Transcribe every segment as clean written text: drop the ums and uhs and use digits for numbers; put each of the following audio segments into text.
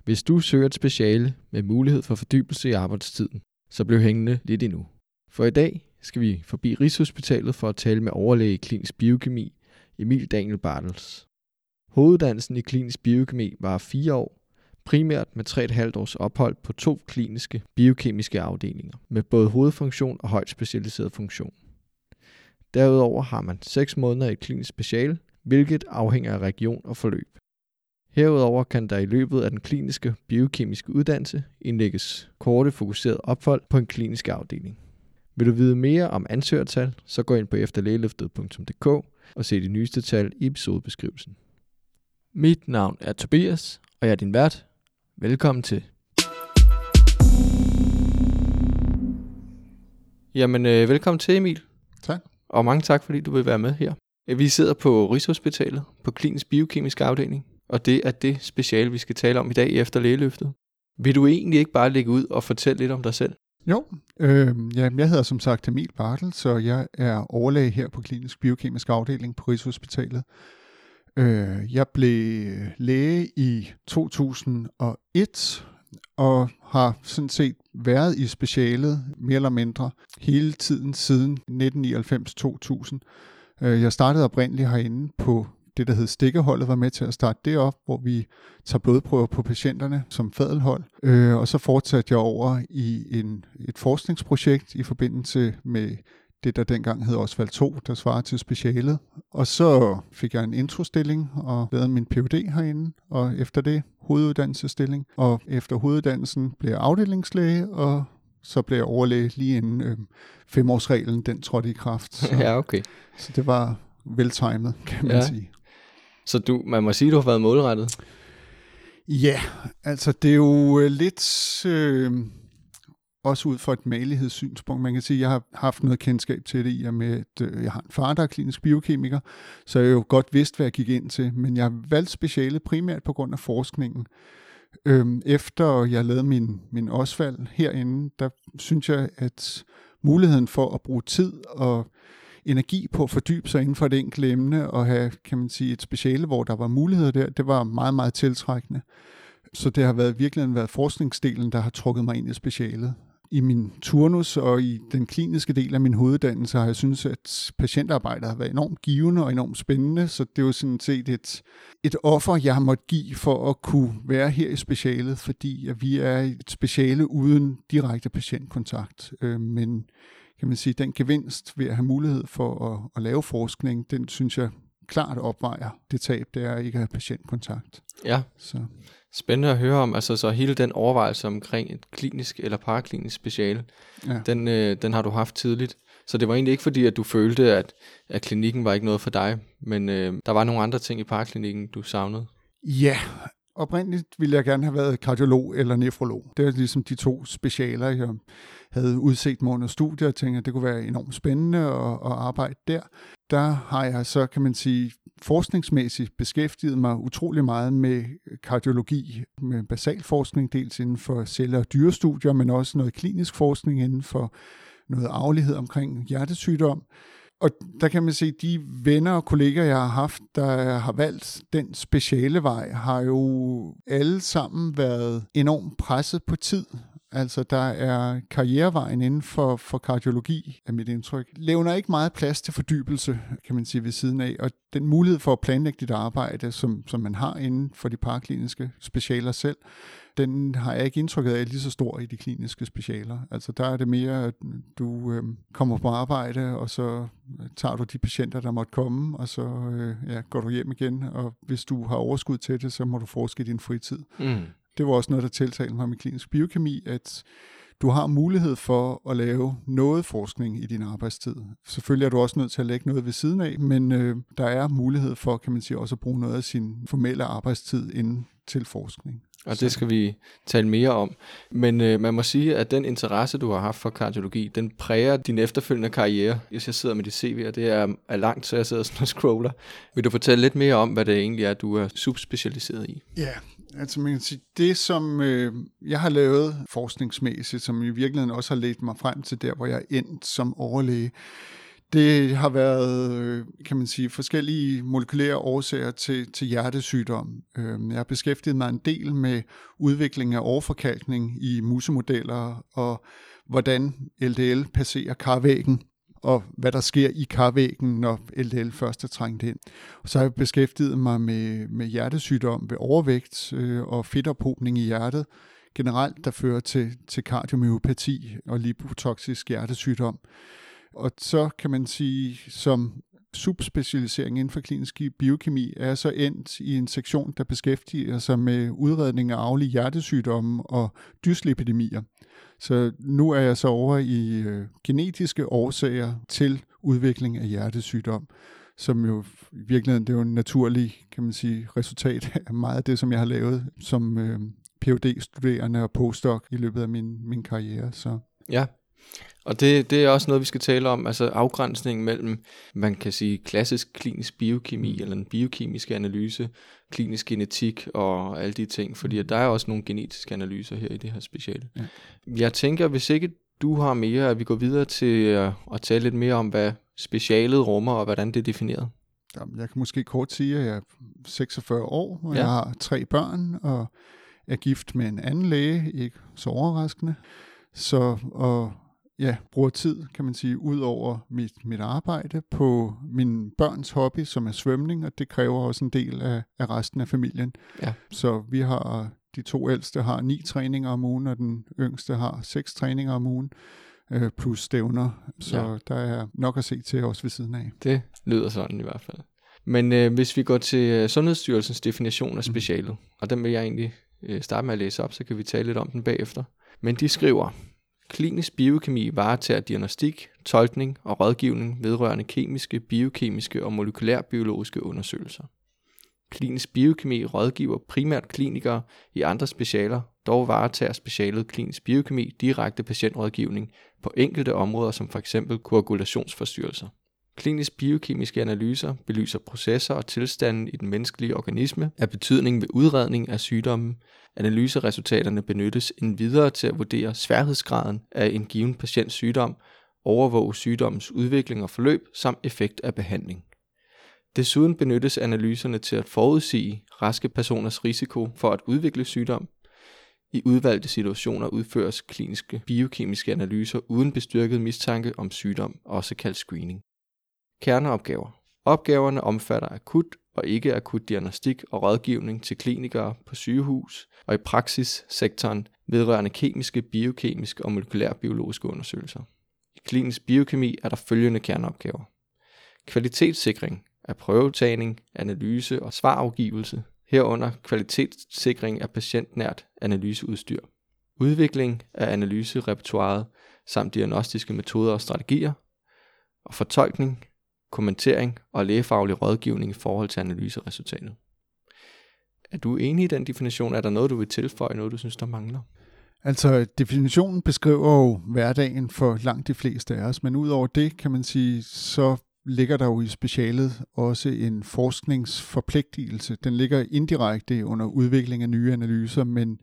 Hvis du søger et speciale med mulighed for fordybelse i arbejdstiden, så bliv hængende lidt endnu. For i dag skal vi forbi Rigshospitalet for at tale med overlæge i klinisk biokemi, Emil Daniel Bartels. Hoveduddannelsen i klinisk biokemi var 4 år, primært med 3,5 års ophold på 2 kliniske biokemiske afdelinger, med både hovedfunktion og højt specialiseret funktion. Derudover har man 6 måneder i et klinisk speciale, hvilket afhænger af region og forløb. Herudover kan der i løbet af den kliniske biokemiske uddannelse indlægges korte fokuseret ophold på en klinisk afdeling. Vil du vide mere om ansøgertal, så gå ind på efterlægeløftet.dk og se de nyeste tal i episodebeskrivelsen. Mit navn er Tobias, og jeg er din vært. Velkommen til. Jamen, velkommen til, Emil. Tak. Og mange tak, fordi du vil være med her. Vi sidder på Rigshospitalet på klinisk biokemisk afdeling, og det er det speciale, vi skal tale om i dag i Efterlægeløftet. Vil du egentlig ikke bare lægge ud og fortælle lidt om dig selv? Jo, jeg hedder som sagt Emil Bartels, så jeg er overlæge her på klinisk biokemisk afdeling på Rigshospitalet. Jeg blev læge i 2001 og har sådan set været i specialet mere eller mindre hele tiden siden 1999-2000. Jeg startede oprindeligt herinde på det, der hed stikkeholdet, var med til at starte det op, hvor vi tager blodprøver på patienterne som fadelhold. Og så fortsatte jeg over i et forskningsprojekt i forbindelse med det, der dengang hed Osvald 2, der svarer til specialet. Og så fik jeg en introstilling og lavede min Ph.D. herinde, og efter det hoveduddannelsesstilling. Og efter hoveduddannelsen blev jeg afdelingslæge, og så blev jeg overlæge lige inden 5-årsreglen, den trådte i kraft. Så, ja, okay. Så det var veltimet, kan man sige. Så man må sige, at du har været målrettet? Ja, altså det er jo lidt også ud fra et malighedssynspunkt. Man kan sige, at jeg har haft noget kendskab til det i og med, at jeg har en far, der er klinisk biokemiker, så jeg jo godt vidste, hvad jeg gik ind til. Men jeg valgte specialet primært på grund af forskningen. Efter jeg lavede min Osvald herinde, der synes jeg, at muligheden for at bruge tid og energi på at fordybe sig inden for et enkelt emne og have, kan man sige, et speciale, hvor der var muligheder der, det var meget, meget tiltrækkende. Så det har virkelig været forskningsdelen, der har trukket mig ind i specialet. I min turnus og i den kliniske del af min hoveduddannelse har jeg synes, at patientarbejdet har været enormt givende og enormt spændende, så det er jo sådan set et offer, jeg har måttet give for at kunne være her i specialet, fordi at vi er et speciale uden direkte patientkontakt. Men kan man sige, den gevinst ved at have mulighed for at lave forskning, den synes jeg klart opvejer det tab, det er ikke at have patientkontakt. Ja, så spændende at høre om, altså så hele den overvejelse omkring et klinisk eller paraklinisk speciale, ja. Den har du haft tidligt. Så det var egentlig ikke fordi, at du følte, at klinikken var ikke noget for dig, men der var nogle andre ting i paraklinikken, du savnede? Ja, oprindeligt ville jeg gerne have været kardiolog eller nefrolog. Det er ligesom de 2 specialer, jeg havde udset mig under studier, og tænkte, at det kunne være enormt spændende at arbejde der. Der har jeg så, kan man sige, forskningsmæssigt beskæftiget mig utrolig meget med kardiologi, med basalforskning, dels inden for celle- og dyrestudier, men også noget klinisk forskning inden for noget arvelighed omkring hjertesygdom. Og der kan man se, at de venner og kolleger, jeg har haft, der har valgt den speciale vej, har jo alle sammen været enormt presset på tid. Altså, der er karrierevejen inden for kardiologi, er mit indtryk. Levner ikke meget plads til fordybelse, kan man sige, ved siden af. Og den mulighed for at planlægge dit arbejde, som man har inden for de parakliniske specialer selv, den har jeg ikke indtrykket af lige så stor i de kliniske specialer. Altså, der er det mere, at du kommer på arbejde, og så tager du de patienter, der måtte komme, og så går du hjem igen. Og hvis du har overskud til det, så må du forske i din fritid. Det var også noget, der tiltalte mig med klinisk biokemi, at du har mulighed for at lave noget forskning i din arbejdstid. Selvfølgelig er du også nødt til at lægge noget ved siden af, men der er mulighed for, kan man sige, også at bruge noget af sin formelle arbejdstid inden til forskning. Og det skal vi tale mere om. Men man må sige, at den interesse, du har haft for kardiologi, den præger din efterfølgende karriere. Hvis jeg sidder med dit CV, og det er langt, så jeg sidder sådan og scroller. Vil du fortælle lidt mere om, hvad det egentlig er, du er subspecialiseret i? Ja, altså man kan sige, det som jeg har lavet forskningsmæssigt, som i virkeligheden også har ledt mig frem til der, hvor jeg er endt som overlæge, Det har været, kan man sige, forskellige molekylære årsager til hjertesygdom. Jeg har beskæftiget mig en del med udvikling af overforkalkning i musemodeller, og hvordan LDL passerer karvæggen, og hvad der sker i karvæggen, når LDL først er trængt ind. Og så har jeg beskæftiget mig med hjertesygdom ved overvægt og fedtophobning i hjertet, generelt der fører til kardiomyopati og lipotoksisk hjertesygdom. Og så kan man sige, som subspecialisering inden for klinisk biokemi, er så endt i en sektion, der beskæftiger sig med udredning af arvelige hjertesygdomme og dyslipidemier. Så nu er jeg så over i genetiske årsager til udvikling af hjertesygdom, som jo i virkeligheden, det er jo en naturlig, kan man sige, resultat af meget af det, som jeg har lavet som PhD-studerende og postdoc i løbet af min karriere. Så. Ja, og det er også noget, vi skal tale om, altså afgrænsningen mellem, man kan sige, klassisk klinisk biokemi, eller en biokemisk analyse, klinisk genetik og alle de ting, fordi der er også nogle genetiske analyser her i det her speciale. Ja. Jeg tænker, hvis ikke du har mere, at vi går videre til at tale lidt mere om, hvad specialet rummer, og hvordan det er defineret. Jamen, jeg kan måske kort sige, at jeg er 46 år, og jeg har 3 børn, og er gift med en anden læge, ikke så overraskende. Så, og bruger tid, kan man sige, ud over mit arbejde på min børns hobby, som er svømning, og det kræver også en del af resten af familien. Ja. Så vi har, de 2 ældste har 9 træninger om ugen, og den yngste har 6 træninger om ugen, plus stævner. Så der er nok at se til også ved siden af. Det lyder sådan i hvert fald. Men hvis vi går til Sundhedsstyrelsens definition af specialet, og den vil jeg egentlig starte med at læse op, så kan vi tale lidt om den bagefter. Men de skriver: klinisk biokemi varetager diagnostik, tolkning og rådgivning vedrørende kemiske, biokemiske og molekylærbiologiske undersøgelser. Klinisk biokemi rådgiver primært klinikere i andre specialer, dog varetager specialet klinisk biokemi direkte patientrådgivning på enkelte områder som f.eks. koagulationsforstyrrelser. Klinisk biokemiske analyser belyser processer og tilstanden i den menneskelige organisme af betydning ved udredning af sygdommen. Analyseresultaterne benyttes endvidere til at vurdere sværhedsgraden af en given patients sygdom, overvåge sygdommens udvikling og forløb samt effekt af behandling. Desuden benyttes analyserne til at forudsige raske personers risiko for at udvikle sygdom. I udvalgte situationer udføres kliniske biokemiske analyser uden bestyrket mistanke om sygdom, også kaldt screening. Kerneopgaver. Opgaverne omfatter akut og ikke akut diagnostik og rådgivning til klinikere på sygehus og i praksissektoren vedrørende kemiske, biokemiske og molekylærbiologiske undersøgelser. I klinisk biokemi er der følgende kerneopgaver: kvalitetssikring af prøvetagning, analyse og svarafgivelse, herunder kvalitetssikring af patientnært analyseudstyr, udvikling af analyserepertoiret samt diagnostiske metoder og strategier, og fortolkning, kommentering og lægefaglig rådgivning i forhold til analyseresultatet. Er du enig i den definition? Er der noget, du vil tilføje, noget du synes, der mangler? Altså, definitionen beskriver jo hverdagen for langt de fleste af os, men udover det, kan man sige, så ligger der jo i specialet også en forskningsforpligtelse. Den ligger indirekte under udvikling af nye analyser, men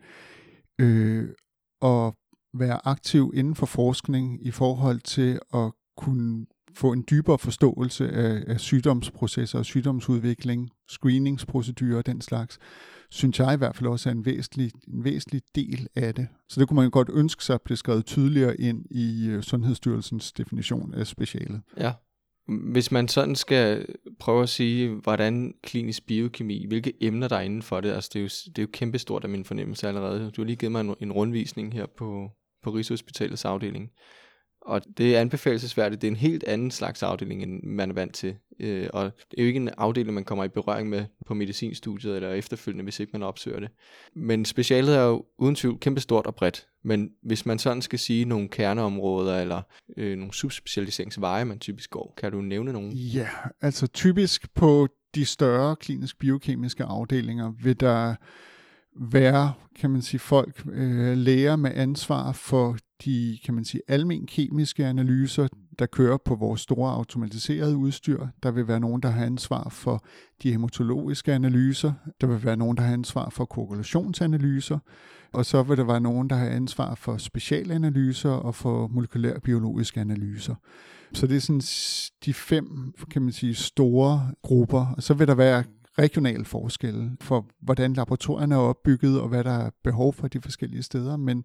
at være aktiv inden for forskning i forhold til at kunne få en dybere forståelse af sygdomsprocesser og sygdomsudvikling, screeningsprocedurer og den slags, synes jeg i hvert fald også er en væsentlig del af det. Så det kunne man godt ønske sig at blive skrevet tydeligere ind i Sundhedsstyrelsens definition af specialet. Ja. Hvis man sådan skal prøve at sige, hvordan klinisk biokemi, hvilke emner der er inden for det, altså det er jo kæmpestort af min fornemmelse allerede. Du har lige givet mig en rundvisning her på Rigshospitalets afdeling. Og det er anbefalelsesværdigt. Det er en helt anden slags afdeling, end man er vant til. Og det er jo ikke en afdeling, man kommer i berøring med på medicinstudiet eller efterfølgende, hvis ikke man opsøger det. Men specialet er jo uden tvivl kæmpestort og bredt. Men hvis man sådan skal sige nogle kerneområder eller nogle subspecialiseringsveje, man typisk går, kan du nævne nogle? Ja, altså typisk på de større klinisk biokemiske afdelinger vil der være, kan man sige, folk, læger med ansvar for de, kan man sige, almen kemiske analyser, der kører på vores store automatiserede udstyr. Der vil være nogen, der har ansvar for de hematologiske analyser. Der vil være nogen, der har ansvar for koagulationsanalyser. Og så vil der være nogen, der har ansvar for specialanalyser og for molekylærbiologiske analyser. Så det er sådan de 5, kan man sige, store grupper. Og så vil der være regionale forskelle for, hvordan laboratorierne er opbygget, og hvad der er behov for de forskellige steder. Men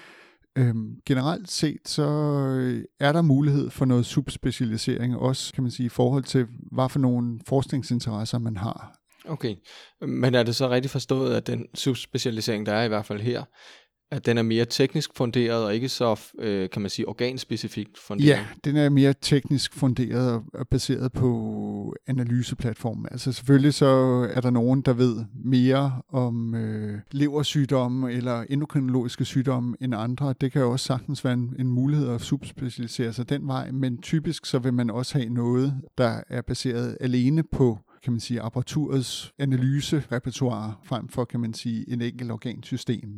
generelt set, så er der mulighed for noget subspecialisering, også kan man sige, i forhold til, hvad for nogle forskningsinteresser man har. Okay, men er det så rigtig forstået, at den subspecialisering, der er i hvert fald her, at den er mere teknisk funderet og ikke så, kan man sige, organspecifikt funderet? Ja, den er mere teknisk funderet og baseret på analyseplatformen. Altså selvfølgelig så er der nogen, der ved mere om leversygdomme eller endokrinologiske sygdomme end andre. Det kan jo også sagtens være en mulighed at subspecialisere sig den vej, men typisk så vil man også have noget, der er baseret alene på, kan man sige, apparaturets analyserepertoire frem for, kan man sige, en enkelt organsystem.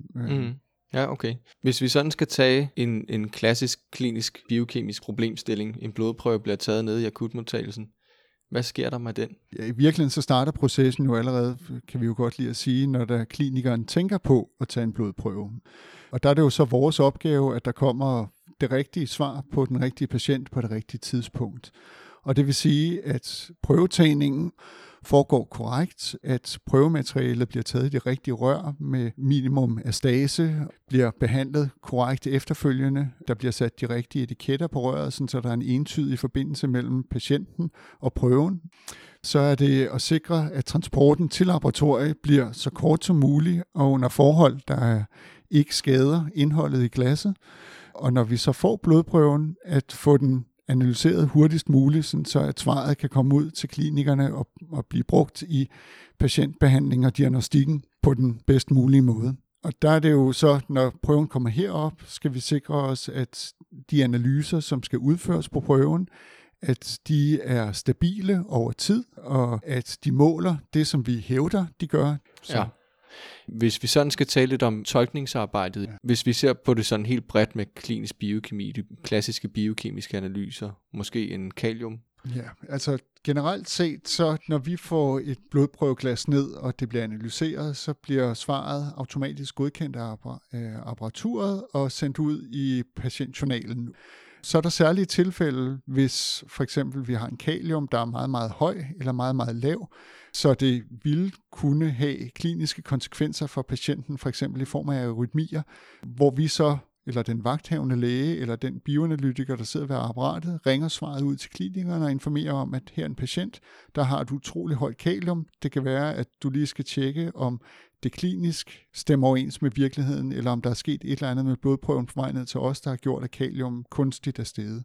Ja, okay. Hvis vi sådan skal tage en klassisk klinisk biokemisk problemstilling, en blodprøve bliver taget nede i akutmodtagelsen, hvad sker der med den? Ja, i virkeligheden så starter processen jo allerede, kan vi jo godt lide at sige, når der klinikeren tænker på at tage en blodprøve. Og der er det jo så vores opgave, at der kommer det rigtige svar på den rigtige patient på det rigtige tidspunkt. Og det vil sige, at prøvetagningen foregår korrekt, at prøvematerialet bliver taget i det rigtige rør med minimum af stase, bliver behandlet korrekt efterfølgende, der bliver sat de rigtige etiketter på røret, så der er en entydig forbindelse mellem patienten og prøven. Så er det at sikre, at transporten til laboratoriet bliver så kort som muligt, og under forhold, der ikke skader indholdet i glasset. Og når vi så får blodprøven, at få den analyseret hurtigst muligt, så at svaret kan komme ud til klinikerne og blive brugt i patientbehandling og diagnostikken på den bedst mulige måde. Og der er det jo så, når prøven kommer herop, skal vi sikre os, at de analyser, som skal udføres på prøven, at de er stabile over tid, og at de måler det, som vi hævder, de gør. Så. Ja. Hvis vi sådan skal tale lidt om tolkningsarbejdet, hvis vi ser på det sådan helt bredt med klinisk biokemi, de klassiske biokemiske analyser, måske en kalium. Ja, altså generelt set, så når vi får et blodprøveglas ned, og det bliver analyseret, så bliver svaret automatisk godkendt af apparaturet og sendt ud i patientjournalen. Så er der særlige tilfælde, hvis for eksempel vi har en kalium, der er meget, meget høj eller meget, meget lav, så det ville kunne have kliniske konsekvenser for patienten, for eksempel i form af arytmier, hvor vi så, eller den vagthavende læge, eller den bioanalytiker, der sidder ved apparatet, ringer svaret ud til klinikerne og informerer om, at her er en patient, der har et utroligt højt kalium. Det kan være, at du lige skal tjekke, om det klinisk stemmer overens med virkeligheden, eller om der er sket et eller andet med blodprøven på vej ned til os, der har gjort, at kalium kunstigt er steget.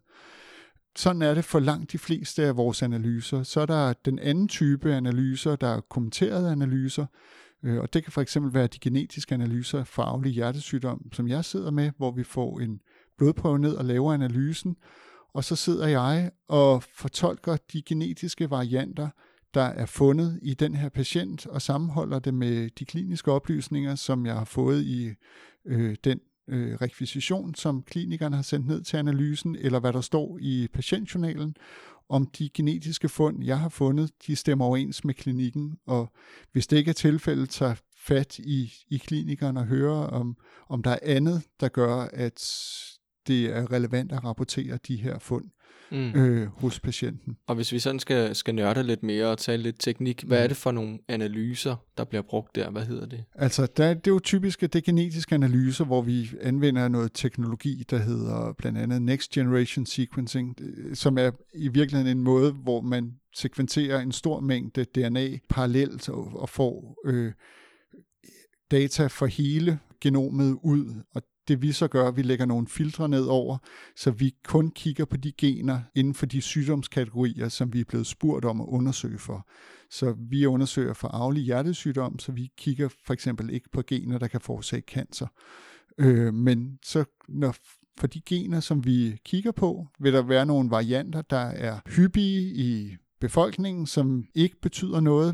Sådan er det for langt de fleste af vores analyser. Så er der den anden type analyser, der er kommenterede analyser, og det kan for eksempel være de genetiske analyser for arvelig hjertesygdom, som jeg sidder med, hvor vi får en blodprøve ned og laver analysen, og så sidder jeg og fortolker de genetiske varianter, der er fundet i den her patient, og sammenholder det med de kliniske oplysninger, som jeg har fået i den rekvisition, som klinikerne har sendt ned til analysen, eller hvad der står i patientjournalen, om de genetiske fund, jeg har fundet, de stemmer overens med klinikken, og hvis det ikke er tilfældet, tager fat i klinikerne og hører, om der er andet, der gør, at det er relevant at rapportere de her fund hos patienten. Og hvis vi sådan skal nørde lidt mere og tale lidt teknik, hvad er det for nogle analyser, der bliver brugt der? Hvad hedder det? Altså, det er jo typisk det genetiske analyser, hvor vi anvender noget teknologi, der hedder blandt andet Next Generation Sequencing, som er i virkeligheden en måde, hvor man sekventerer en stor mængde DNA parallelt og får data for hele genomet ud, og det vi så gør, vi lægger nogle filtre ned over, så vi kun kigger på de gener inden for de sygdomskategorier, som vi er blevet spurgt om at undersøge for. Så vi undersøger for arvelig hjertesygdom, så vi kigger for eksempel ikke på gener, der kan forårsage cancer. Men så for de gener, som vi kigger på, vil der være nogle varianter, der er hyppige i befolkningen, som ikke betyder noget, men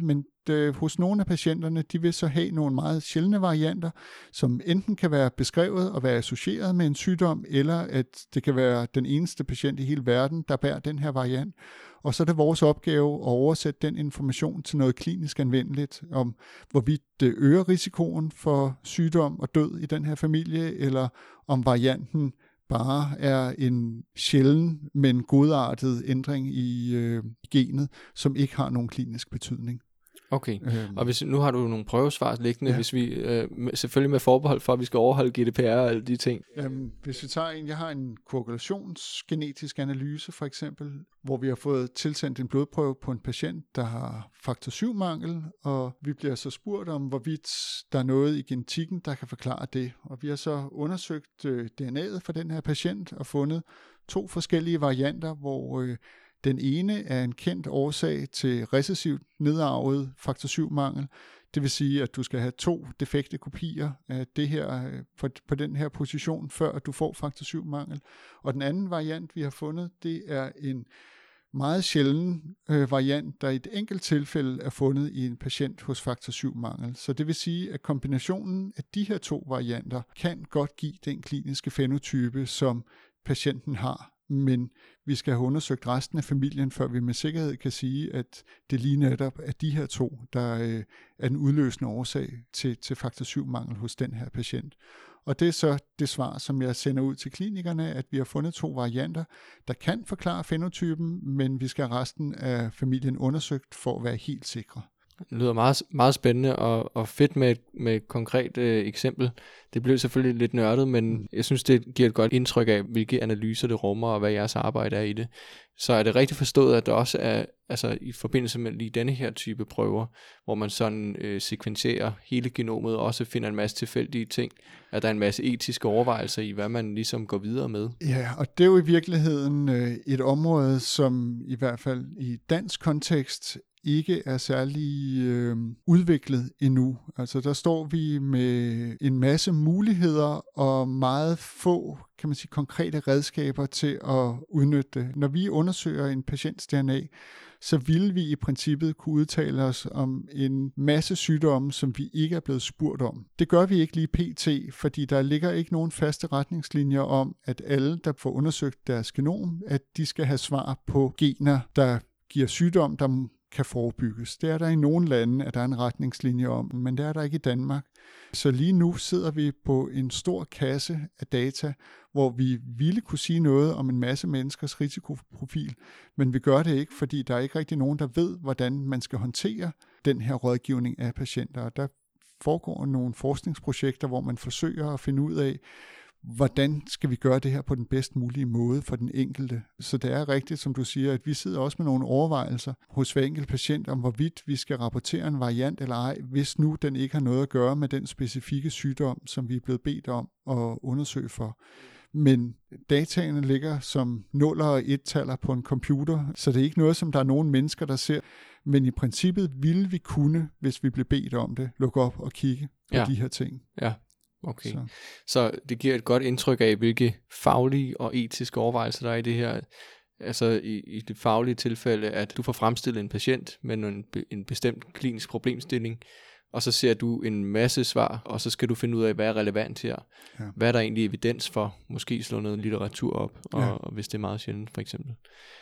hos nogle af patienterne, de vil så have nogle meget sjældne varianter, som enten kan være beskrevet og være associeret med en sygdom, eller at det kan være den eneste patient i hele verden, der bærer den her variant. Og så er det vores opgave at oversætte den information til noget klinisk anvendeligt, om hvorvidt det øger risikoen for sygdom og død i den her familie, eller om varianten bare er en sjælden, men godartet ændring i genet, som ikke har nogen klinisk betydning. Okay, og hvis nu har du nogle prøvesvar liggende, hvis vi selvfølgelig med forbehold for, at vi skal overholde GDPR og alle de ting. Hvis vi tager jeg har en koagulationsgenetisk analyse for eksempel, hvor vi har fået tilsendt en blodprøve på en patient, der har faktor 7-mangel, og vi bliver så spurgt om, hvorvidt der er noget i genetikken, der kan forklare det. Og vi har så undersøgt DNA'et for den her patient og fundet 2 forskellige varianter, hvor den ene er en kendt årsag til recessivt nedarvet faktor 7-mangel. Det vil sige, at du skal have 2 defekte kopier af det her på den her position, før du får faktor 7-mangel. Og den anden variant, vi har fundet, det er en meget sjælden variant, der i et enkelt tilfælde er fundet i en patient hos faktor 7-mangel. Så det vil sige, at kombinationen af de her 2 varianter kan godt give den kliniske fænotype, som patienten har. Men vi skal have undersøgt resten af familien, før vi med sikkerhed kan sige, at det lige netop er de her 2, der er den udløsende årsag til faktor 7-mangel hos den her patient. Og det er så det svar, som jeg sender ud til klinikerne, at vi har fundet 2 varianter, der kan forklare fænotypen, men vi skal have resten af familien undersøgt for at være helt sikre. Det lyder meget, meget spændende og fedt med et konkret eksempel. Det blev selvfølgelig lidt nørdet, men jeg synes, det giver et godt indtryk af, hvilke analyser det rummer, og hvad jeres arbejde er i det. Så er det rigtigt forstået, at der også er, altså i forbindelse med lige denne her type prøver, hvor man sådan sekvenserer hele genomet, og også finder en masse tilfældige ting, at der er en masse etiske overvejelser i, hvad man ligesom går videre med. Ja, og det er jo i virkeligheden et område, som i hvert fald i dansk kontekst ikke er særlig udviklet endnu. Altså der står vi med en masse muligheder og meget få, kan man sige, konkrete redskaber til at udnytte det. Når vi undersøger en patients DNA, så vil vi i princippet kunne udtale os om en masse sygdomme, som vi ikke er blevet spurgt om. Det gør vi ikke lige pt., fordi der ligger ikke nogen faste retningslinjer om, at alle, der får undersøgt deres genom, at de skal have svar på gener, der giver sygdom, der kan forebygges. Det er der i nogle lande, at der er en retningslinje om, men det er der ikke i Danmark. Så lige nu sidder vi på en stor kasse af data, hvor vi ville kunne sige noget om en masse menneskers risikoprofil, men vi gør det ikke, fordi der er ikke rigtig nogen, der ved, hvordan man skal håndtere den her rådgivning af patienter. Og der foregår nogle forskningsprojekter, hvor man forsøger at finde ud af, hvordan skal vi gøre det her på den bedst mulige måde for den enkelte. Så det er rigtigt, som du siger, at vi sidder også med nogle overvejelser hos hver enkelt patient om, hvorvidt vi skal rapportere en variant eller ej, hvis nu den ikke har noget at gøre med den specifikke sygdom, som vi er blevet bedt om at undersøge for. Men dataene ligger som 0 og 1-taller på en computer, så det er ikke noget, som der er nogen mennesker, der ser. Men i princippet ville vi kunne, hvis vi blev bedt om det, lukke op og kigge på de her ting. Ja. Okay, så det giver et godt indtryk af, hvilke faglige og etiske overvejelser der er i det her. Altså i det faglige tilfælde, at du får fremstillet en patient med en bestemt klinisk problemstilling, og så ser du en masse svar, og så skal du finde ud af, hvad er relevant her. Ja. Hvad er der egentlig evidens for? Måske slå noget litteratur op, og hvis det er meget sjældent for eksempel.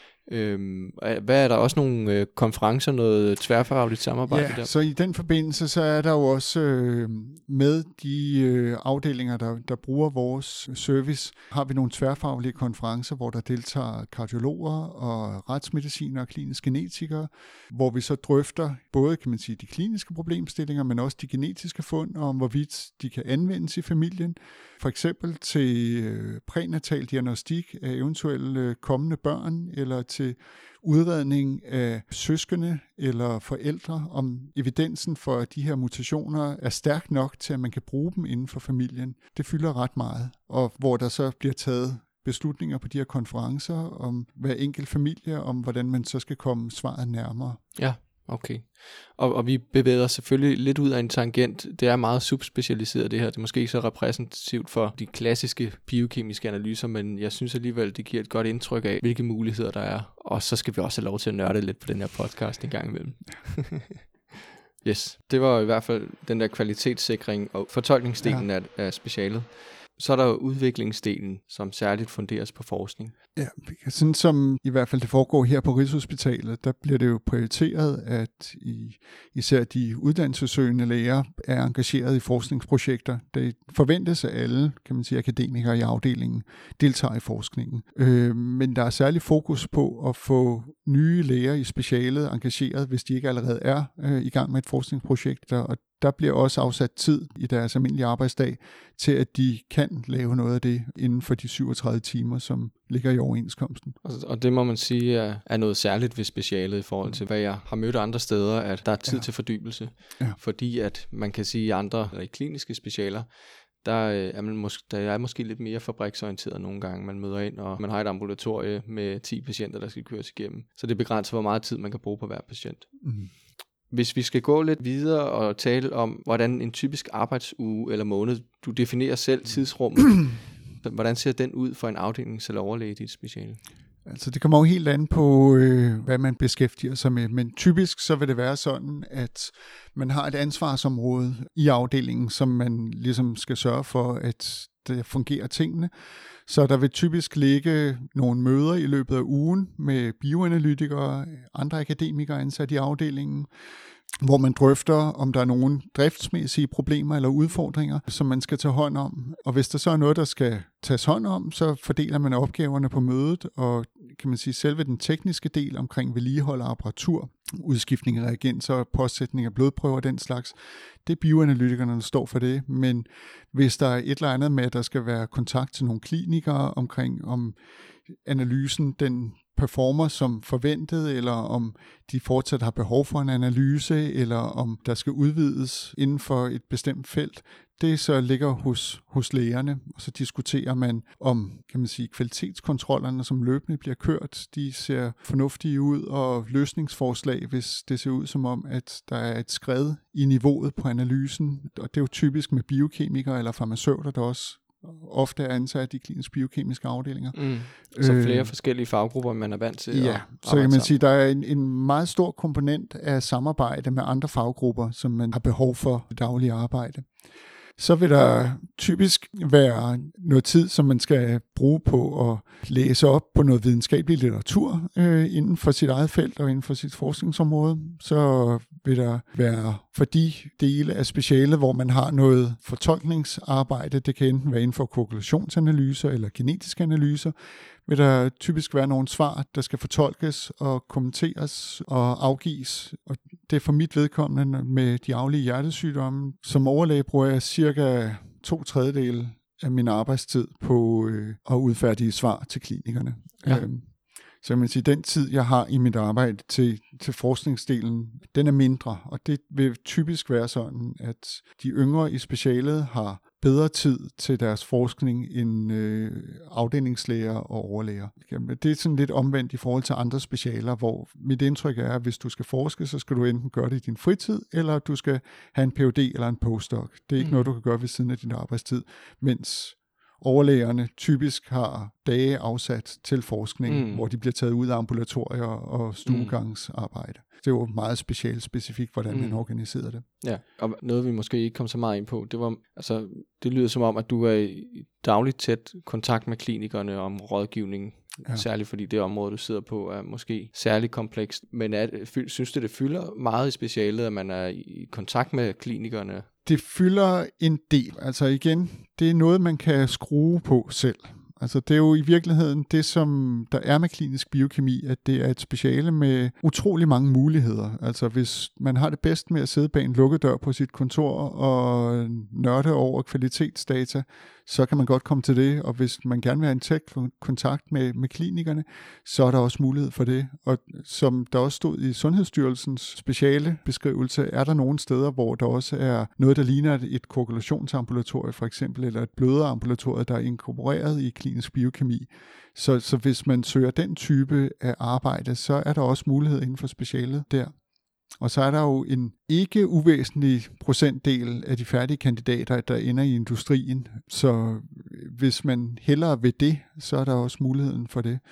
Hvad er der også nogle konferencer, noget tværfagligt samarbejde der? Så i den forbindelse, så er der jo også med de afdelinger, der bruger vores service, har vi nogle tværfaglige konferencer, hvor der deltager kardiologer og retsmedicinere og kliniske genetikere, hvor vi så drøfter både, kan man sige, de kliniske problemstillinger, men også de genetiske fund, om hvorvidt de kan anvendes i familien. For eksempel til prænatal diagnostik af eventuelle kommende børn, eller til udredning af søskende eller forældre, om evidensen for, at de her mutationer er stærk nok til, at man kan bruge dem inden for familien. Det fylder ret meget, og hvor der så bliver taget beslutninger på de her konferencer om hver enkelt familie, om hvordan man så skal komme svaret nærmere. Ja. Okay, og vi bevæger os selvfølgelig lidt ud af en tangent. Det er meget subspecialiseret det her. Det er måske ikke så repræsentativt for de klassiske biokemiske analyser, men jeg synes alligevel, det giver et godt indtryk af, hvilke muligheder der er. Og så skal vi også have lov til at nørde lidt på den her podcast en gang imellem. Yes, det var i hvert fald den der kvalitetssikring og fortolkningsdelen af specialet. Så er der jo udviklingsdelen, som særligt funderes på forskning. Ja, sådan som i hvert fald det foregår her på Rigshospitalet, der bliver det jo prioriteret, at især de uddannelsessøgende læger er engageret i forskningsprojekter. Det forventes, at alle, kan man sige, akademikere i afdelingen deltager i forskningen. Men der er særlig fokus på at få nye læger i specialet engageret, hvis de ikke allerede er i gang med et forskningsprojekt, og der bliver også afsat tid i deres almindelige arbejdsdag til, at de kan lave noget af det inden for de 37 timer, som ligger i overenskomsten. Og det må man sige er noget særligt ved specialet i forhold til, hvad jeg har mødt andre steder, at der er tid til fordybelse. Ja. Fordi at man kan sige, i kliniske specialer, der er måske lidt mere fabriksorienteret nogle gange. Man møder ind, og man har et ambulatorie med 10 patienter, der skal køres igennem. Så det begrænser, hvor meget tid man kan bruge på hver patient. Mm. Hvis vi skal gå lidt videre og tale om, hvordan en typisk arbejdsuge eller måned, du definerer selv tidsrummet, hvordan ser den ud for en afdelings- eller overlæge i dit speciale? Altså det kommer jo helt an på, hvad man beskæftiger sig med, men typisk så vil det være sådan, at man har et ansvarsområde i afdelingen, som man ligesom skal sørge for, at det fungerer tingene. Så der vil typisk ligge nogle møder i løbet af ugen med bioanalytikere, andre akademikere ansat i afdelingen, hvor man drøfter, om der er nogle driftsmæssige problemer eller udfordringer, som man skal tage hånd om. Og hvis der så er noget, der skal tages hånd om, så fordeler man opgaverne på mødet, og kan man sige, selve den tekniske del omkring vedligehold af apparatur, udskiftning af reagenser, påsætning af blodprøver og den slags, det er bioanalytikerne, der står for det. Men hvis der er et eller andet med, at der skal være kontakt til nogle klinikere omkring, om analysen den performer som forventet, eller om de fortsat har behov for en analyse, eller om der skal udvides inden for et bestemt felt, det så ligger hos lægerne, og så diskuterer man om, kan man sige, kvalitetskontrollerne, som løbende bliver kørt, de ser fornuftige ud, og løsningsforslag, hvis det ser ud som om, at der er et skred i niveauet på analysen, og det er jo typisk med biokemikere eller farmaceuter, der også ofte er ansat i klinisk biokemiske afdelinger. Så flere forskellige faggrupper, man er vant til at arbejde så kan man sige, der er en meget stor komponent af samarbejde med andre faggrupper, som man har behov for i daglig arbejde. Så vil der typisk være noget tid, som man skal bruge på at læse op på noget videnskabelig litteratur inden for sit eget felt og inden for sit forskningsområde. Så vil der være for de dele af specialet, hvor man har noget fortolkningsarbejde, det kan enten være inden for koagulationsanalyser eller genetiske analyser, vil der typisk være nogle svar, der skal fortolkes og kommenteres og afgives. Og det er for mit vedkommende med de arvelige hjertesygdomme. Som overlæge bruger jeg cirka 2/3 af min arbejdstid på at udfærdige svar til klinikerne. Ja. Så man siger, den tid, jeg har i mit arbejde til forskningsdelen, den er mindre. Og det vil typisk være sådan, at de yngre i specialet har bedre tid til deres forskning end afdelingslæger og overlæger. Det er sådan lidt omvendt i forhold til andre specialer, hvor mit indtryk er, at hvis du skal forske, så skal du enten gøre det i din fritid, eller du skal have en Ph.D. eller en postdoc. Det er ikke noget, du kan gøre ved siden af din arbejdstid, mens overlægerne typisk har dage afsat til forskning, hvor de bliver taget ud af ambulatorier og stuegangsarbejde. Det er jo meget specifikt, hvordan man organiserer det. Ja, og noget vi måske ikke kom så meget ind på, det var, altså, det lyder som om, at du er i dagligt tæt kontakt med klinikerne om rådgivning, særligt fordi det område, du sidder på, er måske særligt komplekst. Men synes du, det fylder meget i specialet, at man er i kontakt med klinikerne? Det fylder en del. Altså igen, det er noget, man kan skrue på selv. Altså det er jo i virkeligheden det, som der er med klinisk biokemi, at det er et speciale med utrolig mange muligheder. Altså hvis man har det bedst med at sidde bag en lukket dør på sit kontor og nørde over kvalitetsdata, så kan man godt komme til det, og hvis man gerne vil have en tæt kontakt med klinikerne, så er der også mulighed for det. Og som der også stod i Sundhedsstyrelsens speciale beskrivelse, er der nogle steder, hvor der også er noget, der ligner et koagulationsambulatorie for eksempel, eller et bløderambulatorie, der er inkorporeret i klinisk biokemi. Så hvis man søger den type af arbejde, så er der også mulighed inden for specialet der. Og så er der jo en ikke uvæsentlig procentdel af de færdige kandidater, der ender i industrien. Så hvis man hellere vil det, så er der også muligheden for det.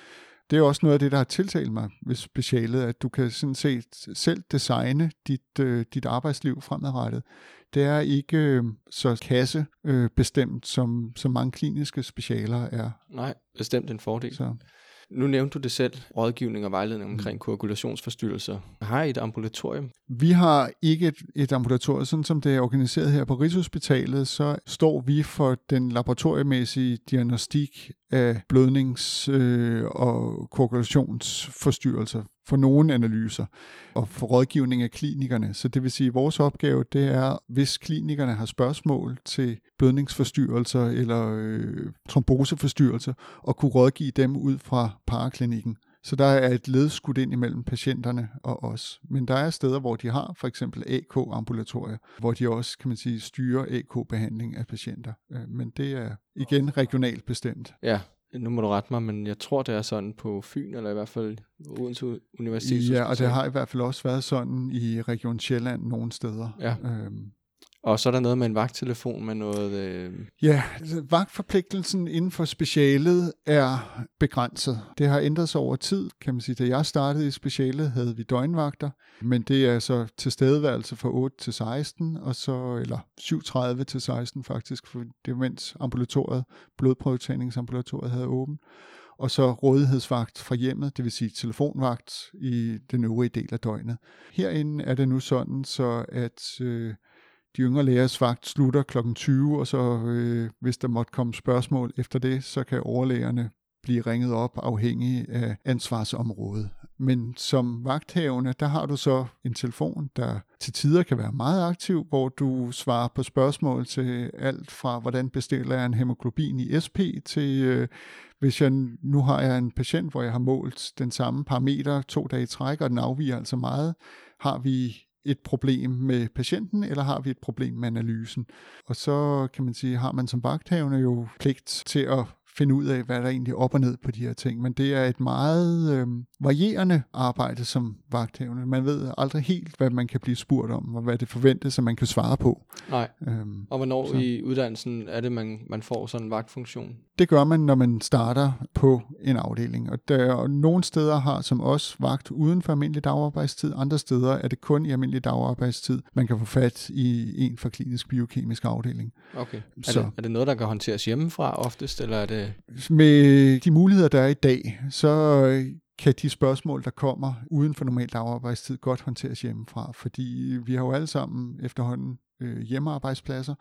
det er også noget af det, der har tiltalt mig ved specialet, at du kan sådan set selv designe dit arbejdsliv fremadrettet. Det er ikke så kassebestemt, som mange kliniske specialer er. Nej, bestemt en fordel. Så. Nu nævnte du det selv, rådgivning og vejledning omkring koagulationsforstyrrelser. Har I et ambulatorium? Vi har ikke et ambulatorium. Sådan som det er organiseret her på Rigshospitalet, så står vi for den laboratoriemæssige diagnostik af blødnings- og koagulationsforstyrrelser for nogle analyser og for rådgivning af klinikerne. Så det vil sige, at vores opgave det er, hvis klinikerne har spørgsmål til blødningsforstyrrelser eller tromboseforstyrrelser, at kunne rådgive dem ud fra paraklinikken. Så der er et led skudt ind imellem patienterne og os. Men der er steder, hvor de har for eksempel AK-ambulatorier, hvor de også, kan man sige, styrer AK-behandling af patienter. Men det er igen regionalt bestemt. Ja, nu må du rette mig, men jeg tror, det er sådan på Fyn, eller i hvert fald Odense Universitetshospital. Ja, og det har i hvert fald også været sådan i Region Sjælland nogle steder. Ja. Og så er der noget med en vagttelefon med noget... Ja, vagtforpligtelsen inden for specialet er begrænset. Det har ændret sig over tid, kan man sige. Da jeg startede i specialet, havde vi døgnvagter, men det er så tilstedeværelse fra 8 til 16, og så, eller 7:30 til 16 faktisk, for det var mens ambulatoriet, blodprøvetagningsambulatoriet havde åbent. Og så rådighedsvagt fra hjemmet, det vil sige telefonvagt i den øvrige del af døgnet. Herinde er det nu sådan, så at... de yngre lægers vagt slutter kl. 20, og så hvis der måtte komme spørgsmål efter det, så kan overlægerne blive ringet op afhængig af ansvarsområdet. Men som vagthavende, der har du så en telefon, der til tider kan være meget aktiv, hvor du svarer på spørgsmål til alt fra, hvordan bestiller jeg en hemoglobin i SP, til hvis nu har jeg en patient, hvor jeg har målt den samme parameter 2 dage i træk, og den afviger altså meget, har vi et problem med patienten, eller har vi et problem med analysen? Og så kan man sige, har man som vagthavende jo pligt til at finde ud af, hvad der egentlig er op og ned på de her ting. Men det er et meget varierende arbejde som vagthavende. Man ved aldrig helt, hvad man kan blive spurgt om, og hvad det forventes, at man kan svare på. Nej. Og hvornår i uddannelsen er det, man får sådan en vagtfunktion? Det gør man, når man starter på en afdeling. Og nogle steder har som os vagt uden for almindelig dagarbejdstid. Andre steder er det kun i almindelig dagarbejdstid, man kan få fat i en for klinisk biokemisk afdeling. Okay. Er det noget, der kan håndteres hjemmefra oftest, eller er det... Med de muligheder, der er i dag, så kan de spørgsmål, der kommer uden for normal dagarbejdstid, godt håndteres hjemmefra, fordi vi har jo alle sammen efterhånden hjemmearbejdspladser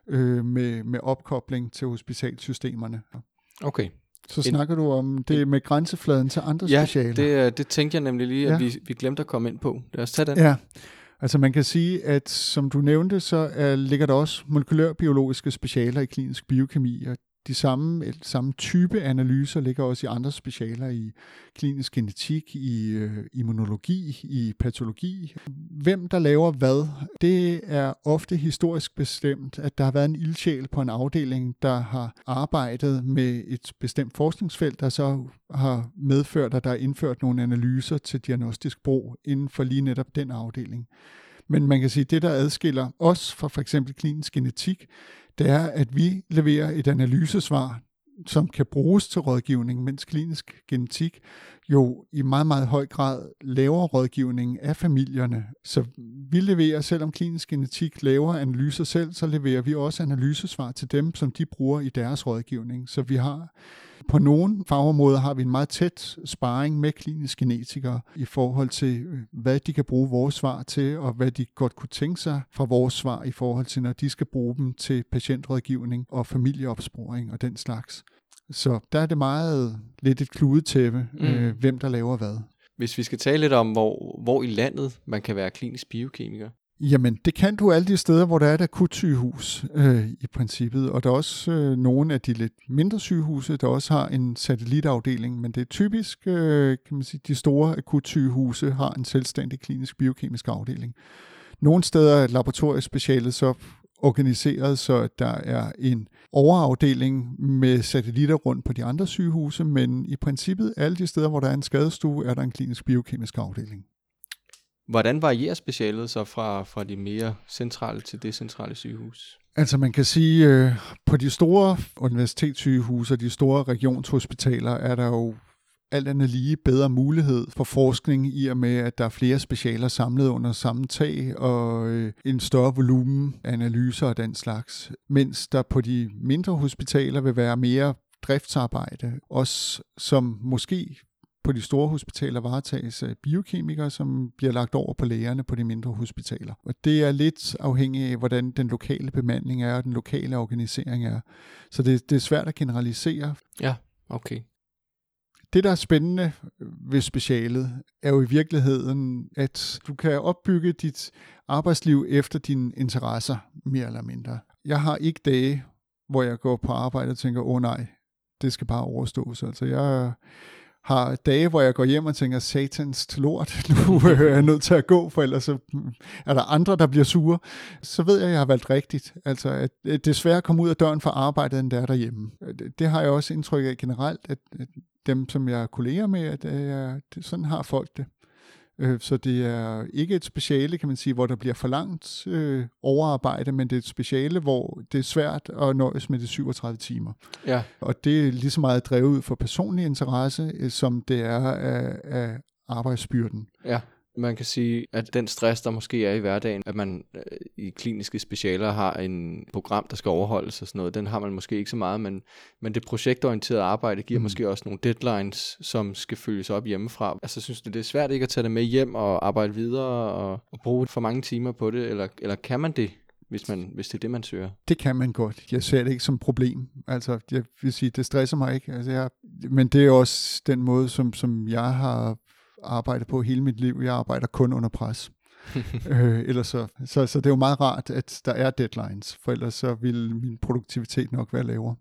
med opkobling til hospitalsystemerne. Okay. Så snakker du om det med grænsefladen til andre specialer. Ja, det tænkte jeg nemlig lige, at vi glemte at komme ind på. Lad os tage den. Ja, altså man kan sige, at som du nævnte, så ligger der også molekylærbiologiske specialer i klinisk biokemi, og de samme type analyser ligger også i andre specialer i klinisk genetik, i immunologi, i patologi. Hvem der laver hvad, det er ofte historisk bestemt, at der har været en ildsjæl på en afdeling, der har arbejdet med et bestemt forskningsfelt, der så har medført, at der er indført nogle analyser til diagnostisk brug inden for lige netop den afdeling. Men man kan sige, at det, der adskiller os fra for eksempel klinisk genetik, det er, at vi leverer et analysesvar, som kan bruges til rådgivning, mens klinisk genetik jo i meget, meget høj grad laver rådgivning af familierne. Så vi leverer, selvom klinisk genetik laver analyser selv, så leverer vi også analysesvar til dem, som de bruger i deres rådgivning. Så vi har på nogle fagområder har vi en meget tæt sparring med kliniske genetikere i forhold til, hvad de kan bruge vores svar til, og hvad de godt kunne tænke sig fra vores svar i forhold til, når de skal bruge dem til patientrådgivning og familieopsporing og den slags. Så der er det meget lidt et kludetæppe, hvem der laver hvad. Hvis vi skal tale lidt om, hvor i landet man kan være klinisk biokemiker. Jamen, det kan du alle de steder, hvor der er et akutsygehus i princippet. Og der er også nogle af de lidt mindre sygehuse, der også har en satellitafdeling. Men det er typisk, kan man sige, de store akutsygehuse har en selvstændig klinisk biokemisk afdeling. Nogle steder er laboratoriespecialet så organiseret, så der er en overafdeling med satellitter rundt på de andre sygehuse, men i princippet alle de steder, hvor der er en skadestue, er der en klinisk biokemisk afdeling. Hvordan varierer specialet så fra de mere centrale til decentrale sygehus? Altså man kan sige, på de store universitetssygehuse og de store regionshospitaler er der jo alt andet lige bedre mulighed for forskning i og med, at der er flere specialer samlet under samme tag og en større volumen analyser og den slags. Mens der på de mindre hospitaler vil være mere driftsarbejde, også som måske på de store hospitaler varetages af biokemikere, som bliver lagt over på lægerne på de mindre hospitaler. Og det er lidt afhængigt af, hvordan den lokale bemanding er, og den lokale organisering er. Så det er svært at generalisere. Ja, okay. Det, der er spændende ved specialet, er jo i virkeligheden, at du kan opbygge dit arbejdsliv efter dine interesser, mere eller mindre. Jeg har ikke dage, hvor jeg går på arbejde og tænker, nej, det skal bare overstås. Altså jeg har dage, hvor jeg går hjem og tænker, satans til lort, nu er jeg nødt til at gå, for ellers er der andre, der bliver sure. Så ved jeg, at jeg har valgt rigtigt. Altså, at det er sværere at komme ud af døren for arbejdet, end det er derhjemme. Det har jeg også indtryk af generelt, at dem, som jeg er kolleger med, at sådan har folk det. Så det er ikke et speciale, kan man sige, hvor der bliver for langt overarbejde, men det er et speciale, hvor det er svært at nøjes med de 37 timer. Ja. Og det er lige så meget drevet ud for personlig interesse, som det er af arbejdsbyrden. Ja. Man kan sige, at den stress, der måske er i hverdagen, at man i kliniske specialer har en program, der skal overholdes og sådan noget, den har man måske ikke så meget, men det projektorienterede arbejde giver måske også nogle deadlines, som skal følges op hjemmefra. Altså synes du, det er svært ikke at tage det med hjem og arbejde videre og bruge for mange timer på det, eller kan man det, hvis det er det, man søger? Det kan man godt. Jeg ser det ikke som et problem. Altså, jeg vil sige, det stresser mig ikke. Altså, men det er også den måde, som jeg har arbejdet på hele mit liv. Jeg arbejder kun under pres. Ellers så det er jo meget rart, at der er deadlines, for ellers så vil min produktivitet nok være lavere.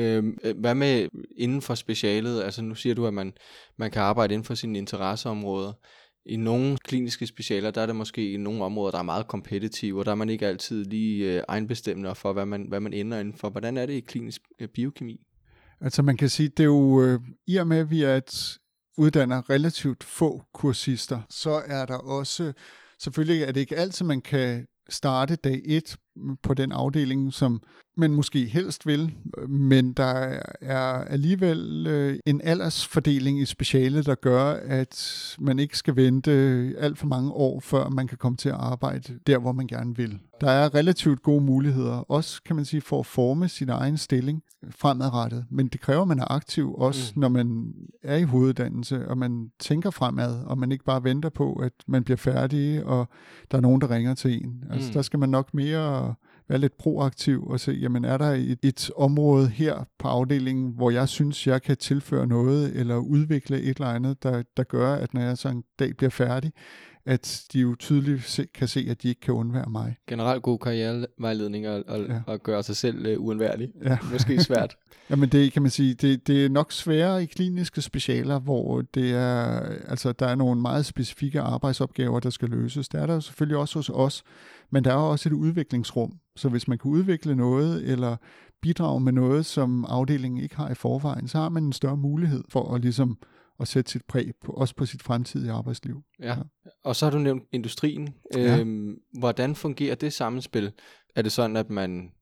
Hvad med inden for specialet? Altså nu siger du, at man kan arbejde inden for sine interesseområder. I nogle kliniske specialer, der er det måske i nogle områder, der er meget kompetitive, og der er man ikke altid lige egenbestemmende for, hvad man ender inden for. Hvordan er det i klinisk biokemi? Altså man kan sige, det er jo i og med, at vi uddanner relativt få kursister, så er der også, selvfølgelig er det ikke altid, man kan starte dag 1 på den afdeling, som man måske helst vil, men der er alligevel en aldersfordeling i specialet, der gør, at man ikke skal vente alt for mange år, før man kan komme til at arbejde der, hvor man gerne vil. Der er relativt gode muligheder, også kan man sige, for at forme sin egen stilling fremadrettet, men det kræver, at man er aktiv, også når man er i hoveduddannelse, og man tænker fremad, og man ikke bare venter på, at man bliver færdig, og der er nogen, der ringer til en. Altså, der skal man nok mere være lidt proaktiv og se, jamen er der et område her på afdelingen, hvor jeg synes, jeg kan tilføre noget, eller udvikle et eller andet, der gør, at når jeg så en dag bliver færdig, at de jo tydeligt kan se, at de ikke kan undvære mig. Generelt god karrierevejledning og gøre sig selv uundværlig. Ja. Måske svært. Jamen det kan man sige, det er nok sværere i kliniske specialer, hvor det er, altså der er nogle meget specifikke arbejdsopgaver, der skal løses. Der er der jo selvfølgelig også hos os, men der er også et udviklingsrum. Så hvis man kan udvikle noget, eller bidrage med noget, som afdelingen ikke har i forvejen, så har man en større mulighed for at ligesom og sætte sit præg også på sit fremtidige arbejdsliv. Ja. Og så har du nævnt industrien. Ja. Hvordan fungerer det sammenspil? Er det sådan, at man,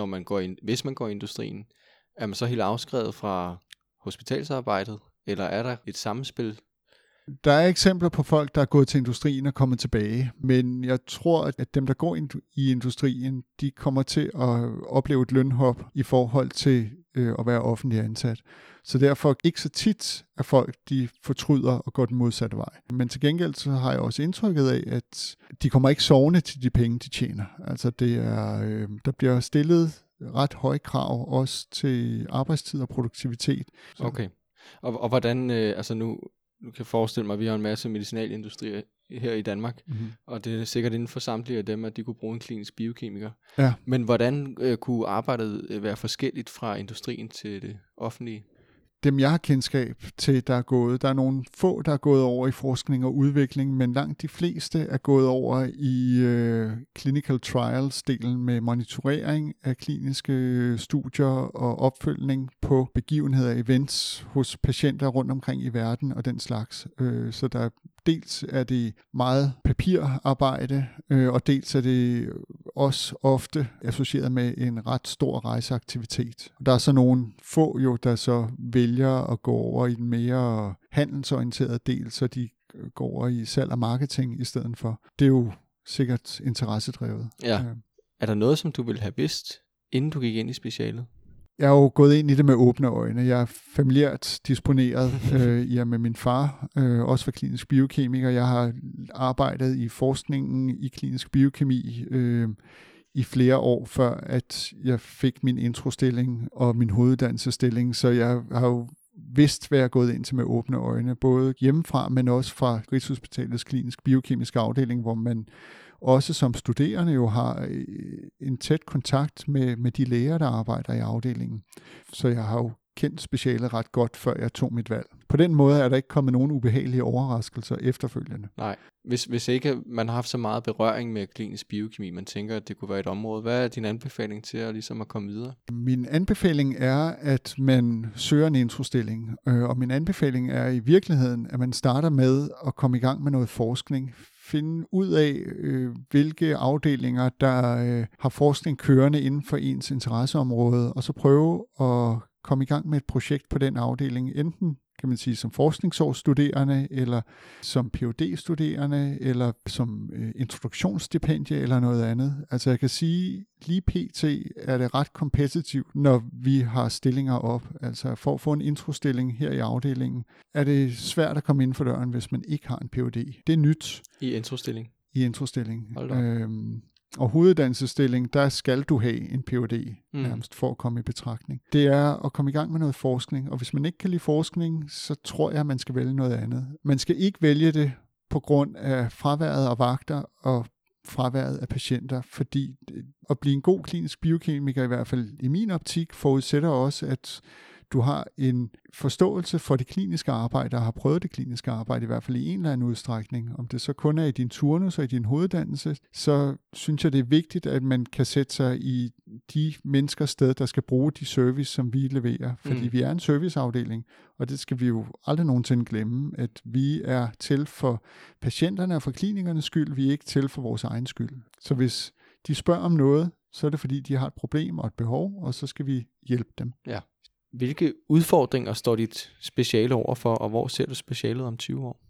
hvis man går i industrien, er man så helt afskrevet fra hospitalsarbejdet, eller er der et sammenspil? Der er eksempler på folk, der er gået til industrien og kommet tilbage, men jeg tror, at dem, der går i industrien, de kommer til at opleve et lønhop i forhold til at være offentlig ansat. Så derfor ikke så tit, at folk de fortryder og går den modsatte vej. Men til gengæld så har jeg også indtrykket af, at de kommer ikke sovende til de penge, de tjener. Altså det er, der bliver stillet ret høje krav også til arbejdstid og produktivitet. Så. Okay. Og hvordan, altså nu kan jeg forestille mig, at vi har en masse medicinalindustri her i Danmark, og det er sikkert inden for samtlige af dem, at de kunne bruge en klinisk biokemiker. Ja. Men hvordan kunne arbejdet være forskelligt fra industrien til det offentlige? Dem jeg har kendskab til, der er nogle få, der er gået over i forskning og udvikling, men langt de fleste er gået over i clinical trials-delen med monitorering af kliniske studier og opfølgning på begivenheder og events hos patienter rundt omkring i verden og den slags. Så der dels er det meget papirarbejde, og dels er det også ofte associeret med en ret stor rejseaktivitet. Der er så nogle få jo, der så vælger at gå over i den mere handelsorienterede del, så de går over i salg og marketing i stedet for. Det er jo sikkert interessedrevet. Ja. Er der noget, som du ville have vidst, inden du gik ind i specialet? Jeg er jo gået ind i det med åbne øjne. Jeg er familiært disponeret med min far, også for klinisk biokemiker. Jeg har arbejdet i forskningen i klinisk biokemi i flere år, før at jeg fik min introstilling og min hoveduddannelsesstilling. Så jeg har jo vidst, hvad jeg er gået ind til med åbne øjne, både hjemmefra, men også fra Rigshospitalets klinisk biokemiske afdeling, hvor man også som studerende jo har en tæt kontakt med de læger, der arbejder i afdelingen. Så jeg har jo kendt specialet ret godt, før jeg tog mit valg. På den måde er der ikke kommet nogen ubehagelige overraskelser efterfølgende. Nej, hvis ikke man har haft så meget berøring med klinisk biokemi, man tænker, at det kunne være et område. Hvad er din anbefaling til at komme videre? Min anbefaling er, at man søger en introstilling. Og min anbefaling er i virkeligheden, at man starter med at komme i gang med noget forskning. Finde ud af, hvilke afdelinger, der har forskning kørende inden for ens interesseområde, og så prøve at komme i gang med et projekt på den afdeling, enten kan man sige som forskningsårsstuderende, eller som Ph.D.-studerende, eller som introduktionsstipendie, eller noget andet. Altså jeg kan sige, lige pt. Er det ret kompetitivt, når vi har stillinger op. Altså for at få en introstilling her i afdelingen, er det svært at komme ind for døren, hvis man ikke har en Ph.D. Det er nyt. I introstilling? I introstilling. Og hoveduddannelsesstilling, der skal du have en Ph.D. nærmest for at komme i betragtning. Det er at komme i gang med noget forskning, og hvis man ikke kan lide forskning, så tror jeg, at man skal vælge noget andet. Man skal ikke vælge det på grund af fraværet af vagter og fraværet af patienter, fordi at blive en god klinisk biokemiker, i hvert fald i min optik, forudsætter også, at du har en forståelse for det kliniske arbejde, og har prøvet det kliniske arbejde, i hvert fald i en eller anden udstrækning. Om det så kun er i din turnus og i din hoveduddannelse, så synes jeg, det er vigtigt, at man kan sætte sig i de menneskers sted, der skal bruge de service, som vi leverer. Fordi vi er en serviceafdeling, og det skal vi jo aldrig nogensinde glemme, at vi er til for patienterne og for klinikernes skyld, vi er ikke til for vores egen skyld. Så hvis de spørger om noget, så er det fordi, de har et problem og et behov, og så skal vi hjælpe dem. Ja. Hvilke udfordringer står dit speciale overfor, og hvor ser du specialet om 20 år?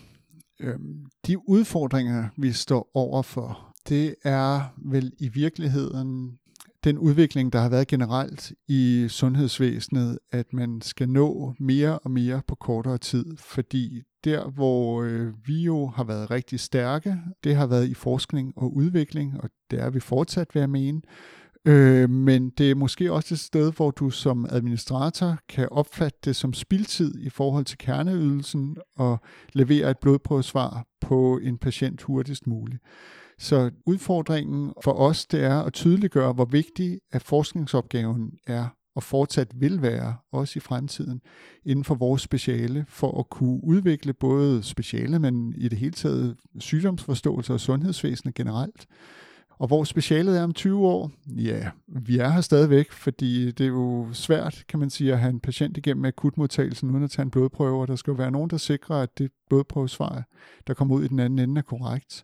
De udfordringer, vi står overfor, det er vel i virkeligheden den udvikling, der har været generelt i sundhedsvæsenet, at man skal nå mere og mere på kortere tid, fordi der, hvor vi jo har været rigtig stærke, det har været i forskning og udvikling, og det er vi fortsat ved at mene. Men det er måske også et sted, hvor du som administrator kan opfatte det som spildtid i forhold til kerneydelsen og levere et blodprøvesvar på en patient hurtigst muligt. Så udfordringen for os, det er at tydeliggøre, hvor vigtig at forskningsopgaven er og fortsat vil være, også i fremtiden, inden for vores speciale, for at kunne udvikle både speciale, men i det hele taget sygdomsforståelse og sundhedsvæsenet generelt. Og hvor specialet er om 20 år, ja, vi er her stadigvæk, fordi det er jo svært, kan man sige, at have en patient igennem akutmodtagelsen uden at tage en blodprøve, og der skal jo være nogen, der sikrer, at det blodprøvesvar, der kommer ud i den anden ende, er korrekt.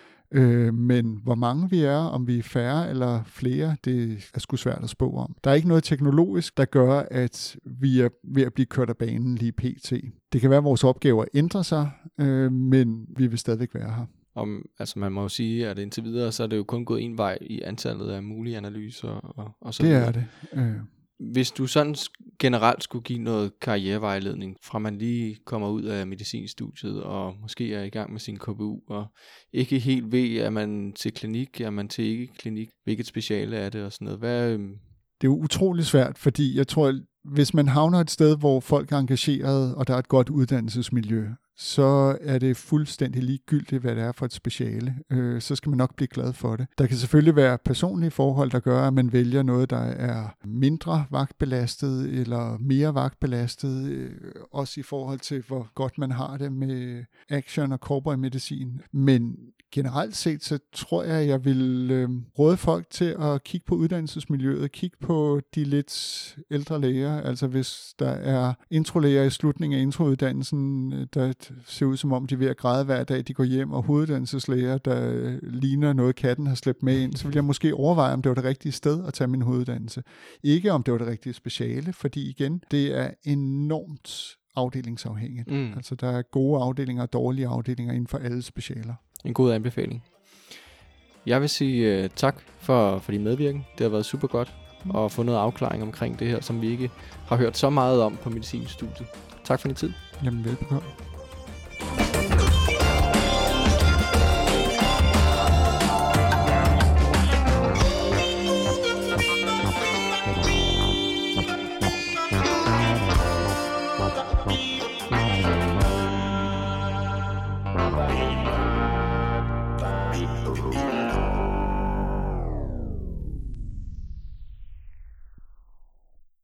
Men hvor mange vi er, om vi er færre eller flere, det er sgu svært at spå om. Der er ikke noget teknologisk, der gør, at vi er ved at blive kørt af banen lige pt. Det kan være, at vores opgaver ændrer sig, men vi vil stadigvæk være her. Altså man må jo sige, at indtil videre, så er det jo kun gået en vej i antallet af mulige analyser og så det videre. Er det. Hvis du sådan generelt skulle give noget karrierevejledning, fra man lige kommer ud af medicinstudiet og måske er i gang med sin KBU, og ikke helt ved, er man til klinik, er man til ikke klinik, hvilket speciale er det og sådan noget. Det er jo utrolig svært, fordi jeg tror, hvis man havner et sted, hvor folk er engageret, og der er et godt uddannelsesmiljø, så er det fuldstændig ligegyldigt, hvad det er for et speciale. Så skal man nok blive glad for det. Der kan selvfølgelig være personlige forhold, der gør, at man vælger noget, der er mindre vagtbelastet eller mere vagtbelastet, også i forhold til, hvor godt man har det med action og corporate medicin. Men generelt set, så tror jeg, at jeg vil råde folk til at kigge på uddannelsesmiljøet, kigge på de lidt ældre læger, altså hvis der er introlæger i slutningen af introuddannelsen, der ser ud som om de er ved at græde hver dag, de går hjem, og hoveduddannelseslæger, der ligner noget katten har slæbt med ind, så vil jeg måske overveje, om det var det rigtige sted at tage min hoveduddannelse. Ikke om det var det rigtige speciale, fordi igen, det er enormt afdelingsafhængigt. Altså der er gode afdelinger og dårlige afdelinger inden for alle specialer. En god anbefaling. Jeg vil sige tak for din medvirken. Det har været super godt at få noget afklaring omkring det her, som vi ikke har hørt så meget om på medicinstudiet. Tak for din tid. Jamen velbekomme.